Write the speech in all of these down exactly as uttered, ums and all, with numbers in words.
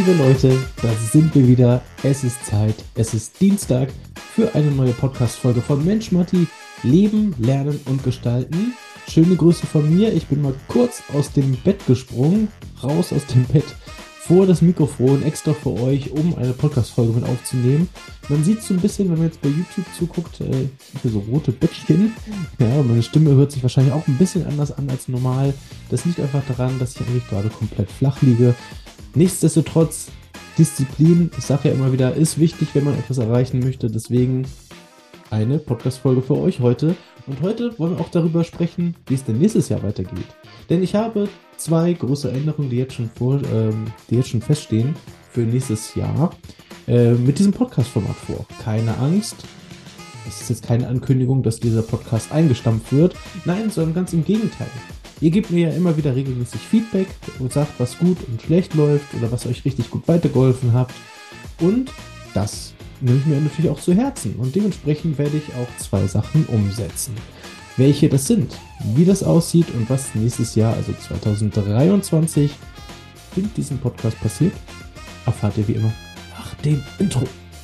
liebe Leute, da sind wir wieder. Es ist Zeit, es ist Dienstag für eine neue Podcast-Folge von Mensch Matti, Leben, Lernen und Gestalten. Schöne Grüße von mir. Ich bin mal kurz aus dem Bett gesprungen, raus aus dem Bett, vor das Mikrofon, extra für euch, um eine Podcast-Folge mit aufzunehmen. Man sieht so ein bisschen, wenn man jetzt bei YouTube zuguckt, äh, hier so rote Bäckchen. Ja, meine Stimme hört sich wahrscheinlich auch ein bisschen anders an als normal. Das liegt einfach daran, dass ich eigentlich gerade komplett flach liege. Nichtsdestotrotz, Disziplin, ich sage ja immer wieder, ist wichtig, wenn man etwas erreichen möchte. Deswegen eine Podcast-Folge für euch heute. Und heute wollen wir auch darüber sprechen, wie es denn nächstes Jahr weitergeht. Denn ich habe zwei große Änderungen, die jetzt schon, vor, ähm, die jetzt schon feststehen für nächstes Jahr, äh, mit diesem Podcast-Format vor. Keine Angst, es ist jetzt keine Ankündigung, dass dieser Podcast eingestampft wird. Nein, sondern ganz im Gegenteil. Ihr gebt mir ja immer wieder regelmäßig Feedback und sagt, was gut und schlecht läuft oder was euch richtig gut weitergeholfen habt. Und das nehme ich mir natürlich auch zu Herzen. Und dementsprechend werde ich auch zwei Sachen umsetzen. Welche das sind, wie das aussieht und was nächstes Jahr, also zwanzig dreiundzwanzig, in diesem Podcast passiert, erfahrt ihr wie immer nach dem Intro.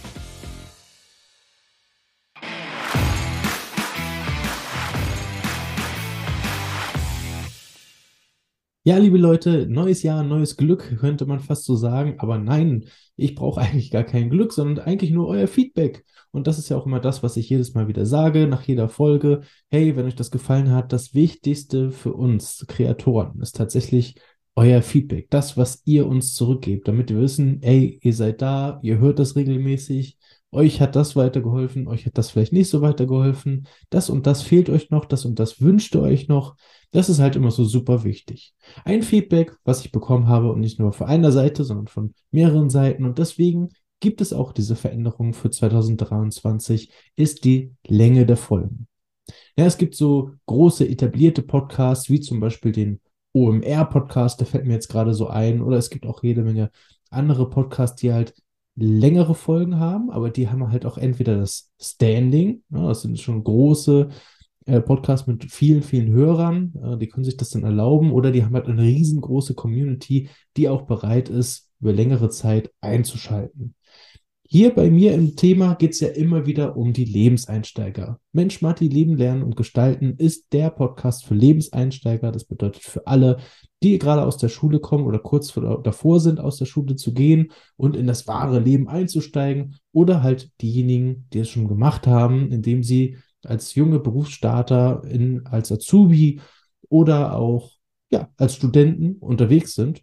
Ja, liebe Leute, neues Jahr, neues Glück, könnte man fast so sagen. Aber nein, ich brauche eigentlich gar kein Glück, sondern eigentlich nur euer Feedback. Und das ist ja auch immer das, was ich jedes Mal wieder sage, nach jeder Folge. Hey, wenn euch das gefallen hat, das Wichtigste für uns Kreatoren ist tatsächlich euer Feedback. Das, was ihr uns zurückgebt, damit wir wissen, ey, ihr seid da, ihr hört das regelmäßig. Euch hat das weitergeholfen, euch hat das vielleicht nicht so weitergeholfen. Das und das fehlt euch noch, das und das wünscht ihr euch noch. Das ist halt immer so super wichtig. Ein Feedback, was ich bekommen habe und nicht nur von einer Seite, sondern von mehreren Seiten. Und deswegen gibt es auch diese Veränderung für zwanzig dreiundzwanzig, ist die Länge der Folgen. Ja, es gibt so große etablierte Podcasts, wie zum Beispiel den O M R-Podcast, der fällt mir jetzt gerade so ein. Oder es gibt auch jede Menge andere Podcasts, die halt längere Folgen haben, aber die haben halt auch entweder das Standing, ja, das sind schon große äh, Podcasts mit vielen, vielen Hörern, äh, die können sich das dann erlauben, oder die haben halt eine riesengroße Community, die auch bereit ist, über längere Zeit einzuschalten. Hier bei mir im Thema geht es ja immer wieder um die Lebenseinsteiger. Mensch Matti, Leben, Lernen und Gestalten ist der Podcast für Lebenseinsteiger. Das bedeutet für alle, die gerade aus der Schule kommen oder kurz vor, davor sind, aus der Schule zu gehen und in das wahre Leben einzusteigen, oder halt diejenigen, die es schon gemacht haben, indem sie als junge Berufsstarter, in, als Azubi oder auch ja, als Studenten unterwegs sind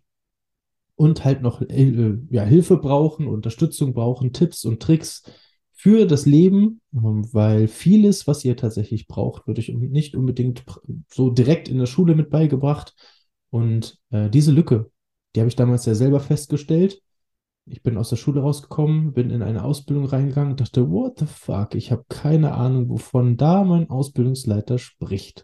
und halt noch äh, ja, Hilfe brauchen, Unterstützung brauchen, Tipps und Tricks für das Leben, ähm, weil vieles, was ihr tatsächlich braucht, wird euch nicht unbedingt so direkt in der Schule mit beigebracht. Und äh, diese Lücke, die habe ich damals ja selber festgestellt. Ich bin aus der Schule rausgekommen, bin in eine Ausbildung reingegangen und dachte, what the fuck, ich habe keine Ahnung, wovon da mein Ausbildungsleiter spricht.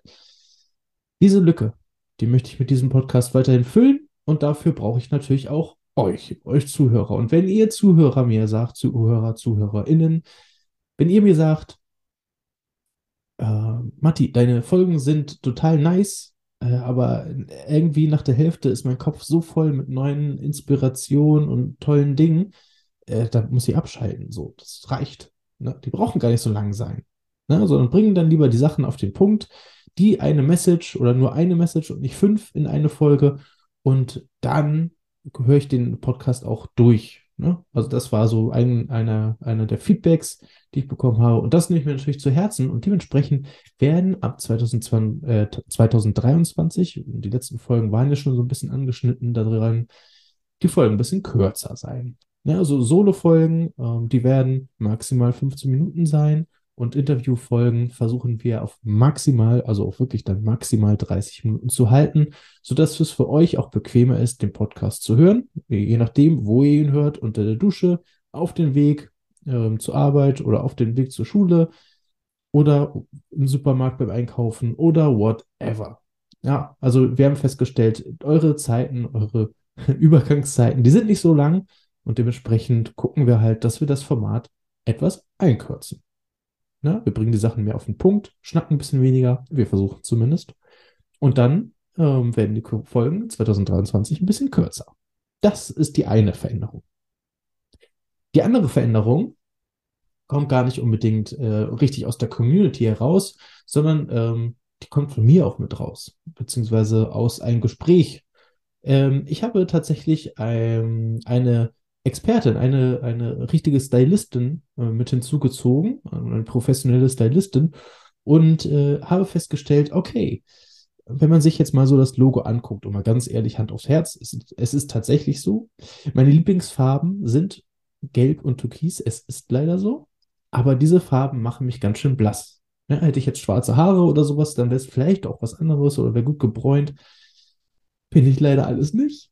Diese Lücke, die möchte ich mit diesem Podcast weiterhin füllen. Und dafür brauche ich natürlich auch euch, euch Zuhörer. Und wenn ihr Zuhörer mir sagt, Zuhörer, ZuhörerInnen, wenn ihr mir sagt, äh, Matti, deine Folgen sind total nice, äh, aber irgendwie nach der Hälfte ist mein Kopf so voll mit neuen Inspirationen und tollen Dingen, äh, da muss ich abschalten. So, das reicht. Ne? Die brauchen gar nicht so lang sein. Ne? Sondern bringen dann lieber die Sachen auf den Punkt, die eine Message oder nur eine Message und nicht fünf in eine Folge. Und dann höre ich den Podcast auch durch. Ne? Also das war so ein, einer, einer der Feedbacks, die ich bekommen habe. Und das nehme ich mir natürlich zu Herzen. Und dementsprechend werden ab zwanzig zwanzig, äh, zwanzig dreiundzwanzig, die letzten Folgen waren ja schon so ein bisschen angeschnitten daran, die Folgen ein bisschen kürzer sein. Ne? Also Solo-Folgen, ähm, die werden maximal fünfzehn Minuten sein. Und Interviewfolgen versuchen wir auf maximal, also auch wirklich dann maximal dreißig Minuten zu halten, sodass es für euch auch bequemer ist, den Podcast zu hören. Je nachdem, wo ihr ihn hört, unter der Dusche, auf dem Weg ähm, zur Arbeit oder auf dem Weg zur Schule oder im Supermarkt beim Einkaufen oder whatever. Ja, also wir haben festgestellt, eure Zeiten, eure Übergangszeiten, die sind nicht so lang und dementsprechend gucken wir halt, dass wir das Format etwas einkürzen. Ne? Wir bringen die Sachen mehr auf den Punkt, schnacken ein bisschen weniger, wir versuchen zumindest. Und dann ähm, werden die Folgen zwanzig dreiundzwanzig ein bisschen kürzer. Das ist die eine Veränderung. Die andere Veränderung kommt gar nicht unbedingt äh, richtig aus der Community heraus, sondern ähm, die kommt von mir auch mit raus, beziehungsweise aus einem Gespräch. Ähm, ich habe tatsächlich ähm, eine Expertin, eine, eine richtige Stylistin äh, mit hinzugezogen, eine professionelle Stylistin, und äh, habe festgestellt, okay, wenn man sich jetzt mal so das Logo anguckt und mal ganz ehrlich, Hand aufs Herz, es, es ist tatsächlich so. Meine Lieblingsfarben sind Gelb und Türkis. Es ist leider so. Aber diese Farben machen mich ganz schön blass. Ja, hätte ich jetzt schwarze Haare oder sowas, dann wäre es vielleicht auch was anderes oder wäre gut gebräunt. Bin ich leider alles nicht.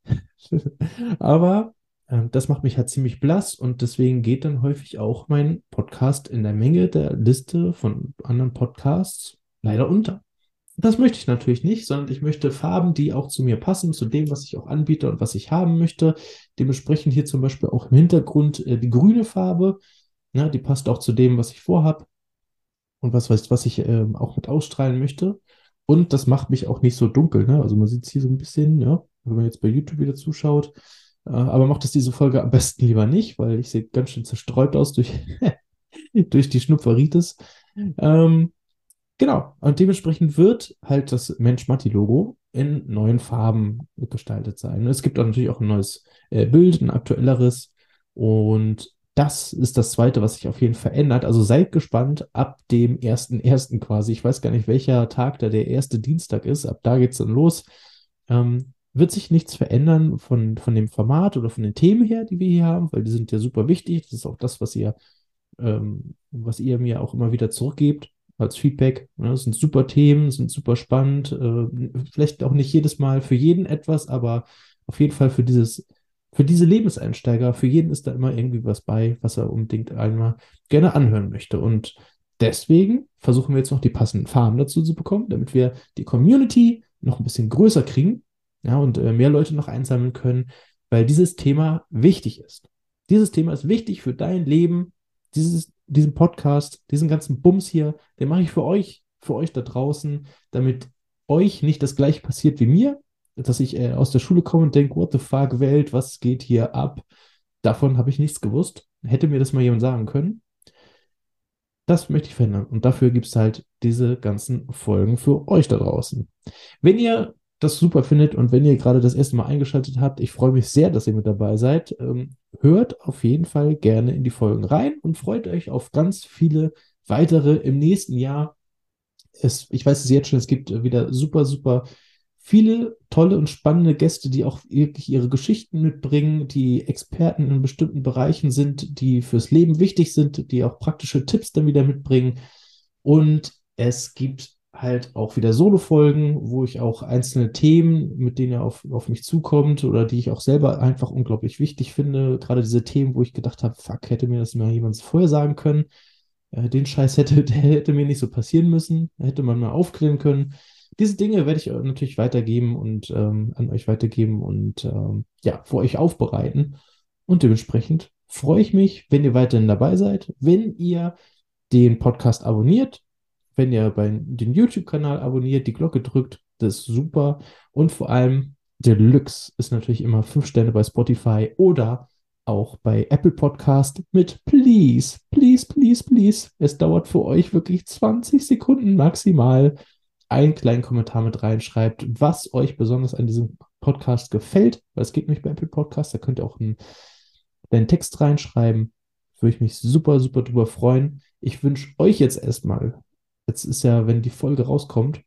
Aber ähm, das macht mich halt ziemlich blass und deswegen geht dann häufig auch mein Podcast in der Menge der Liste von anderen Podcasts leider unter. Das möchte ich natürlich nicht, sondern ich möchte Farben, die auch zu mir passen, zu dem, was ich auch anbiete und was ich haben möchte. Dementsprechend hier zum Beispiel auch im Hintergrund äh, die grüne Farbe. Ne, die passt auch zu dem, was ich vorhab und was, was, was ich ähm, auch mit ausstrahlen möchte. Und das macht mich auch nicht so dunkel. Ne? Also man sieht es hier so ein bisschen, ja, wenn man jetzt bei YouTube wieder zuschaut. Äh, aber macht es diese Folge am besten lieber nicht, weil ich sehe ganz schön zerstreut aus durch, durch die Schnupferitis. Ähm, Genau, und dementsprechend wird halt das Mensch-Matti-Logo in neuen Farben gestaltet sein. Es gibt auch natürlich auch ein neues äh, Bild, ein aktuelleres. Und das ist das Zweite, was sich auf jeden Fall ändert. Also seid gespannt ab dem ersten ersten quasi. Ich weiß gar nicht, welcher Tag da der erste Dienstag ist. Ab da geht es dann los. Ähm, wird sich nichts verändern von, von dem Format oder von den Themen her, die wir hier haben, weil die sind ja super wichtig. Das ist auch das, was ihr, ähm, was ihr mir auch immer wieder zurückgebt als Feedback. Ne? Das sind super Themen, sind super spannend. Äh, vielleicht auch nicht jedes Mal für jeden etwas, aber auf jeden Fall für dieses, für diese Lebenseinsteiger, für jeden ist da immer irgendwie was bei, was er unbedingt einmal gerne anhören möchte. Und deswegen versuchen wir jetzt noch die passenden Farben dazu zu bekommen, damit wir die Community noch ein bisschen größer kriegen, ja, und äh, mehr Leute noch einsammeln können, weil dieses Thema wichtig ist. Dieses Thema ist wichtig für dein Leben, dieses, diesen Podcast, diesen ganzen Bums hier, den mache ich für euch, für euch da draußen, damit euch nicht das gleiche passiert wie mir, dass ich äh, aus der Schule komme und denke, what the fuck, Welt, was geht hier ab? Davon habe ich nichts gewusst. Hätte mir das mal jemand sagen können. Das möchte ich verändern. Und dafür gibt es halt diese ganzen Folgen für euch da draußen. Wenn ihr das super findet und wenn ihr gerade das erste Mal eingeschaltet habt, ich freue mich sehr, dass ihr mit dabei seid. Ähm, hört auf jeden Fall gerne in die Folgen rein und freut euch auf ganz viele weitere im nächsten Jahr. Es, ich weiß es jetzt schon, es gibt wieder super, super viele tolle und spannende Gäste, die auch wirklich ihre Geschichten mitbringen, die Experten in bestimmten Bereichen sind, die fürs Leben wichtig sind, die auch praktische Tipps dann wieder mitbringen. Und es gibt halt auch wieder Solo-Folgen, wo ich auch einzelne Themen, mit denen er auf, auf mich zukommt oder die ich auch selber einfach unglaublich wichtig finde. Gerade diese Themen, wo ich gedacht habe, fuck, hätte mir das mal jemand vorher sagen können. Äh, den Scheiß hätte, der hätte mir nicht so passieren müssen. Hätte man mal aufklären können. Diese Dinge werde ich natürlich weitergeben und ähm, an euch weitergeben und ähm, ja, für euch aufbereiten. Und dementsprechend freue ich mich, wenn ihr weiterhin dabei seid, wenn ihr den Podcast abonniert, wenn ihr bei den YouTube-Kanal abonniert, die Glocke drückt, das ist super. Und vor allem Deluxe ist natürlich immer fünf Sterne bei Spotify oder auch bei Apple Podcast mit Please, Please, Please, Please. Es dauert für euch wirklich zwanzig Sekunden maximal. Einen kleinen Kommentar mit reinschreibt, was euch besonders an diesem Podcast gefällt, weil es geht nicht bei Apple Podcast, da könnt ihr auch einen, einen Text reinschreiben. Würde ich mich super, super drüber freuen. Ich wünsche euch jetzt erstmal, jetzt ist ja, wenn die Folge rauskommt,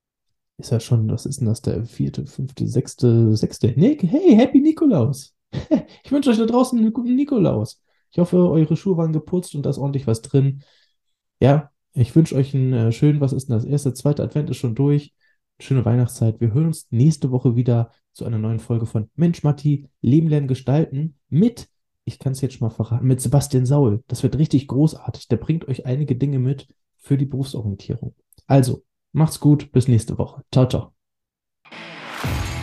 ist ja schon, was ist denn das, der vierte, fünfte, sechste, sechste? Nee, hey, Happy Nikolaus! Ich wünsche euch da draußen einen guten Nikolaus. Ich hoffe, eure Schuhe waren geputzt und da ist ordentlich was drin. Ja, ich wünsche euch einen äh, schönen, was ist denn das? Erste, zweite Advent ist schon durch. Schöne Weihnachtszeit. Wir hören uns nächste Woche wieder zu einer neuen Folge von Mensch Matti, Leben lernen, gestalten mit, ich kann es jetzt schon mal verraten, mit Sebastian Saul. Das wird richtig großartig. Der bringt euch einige Dinge mit für die Berufsorientierung. Also, macht's gut, bis nächste Woche. Ciao, ciao.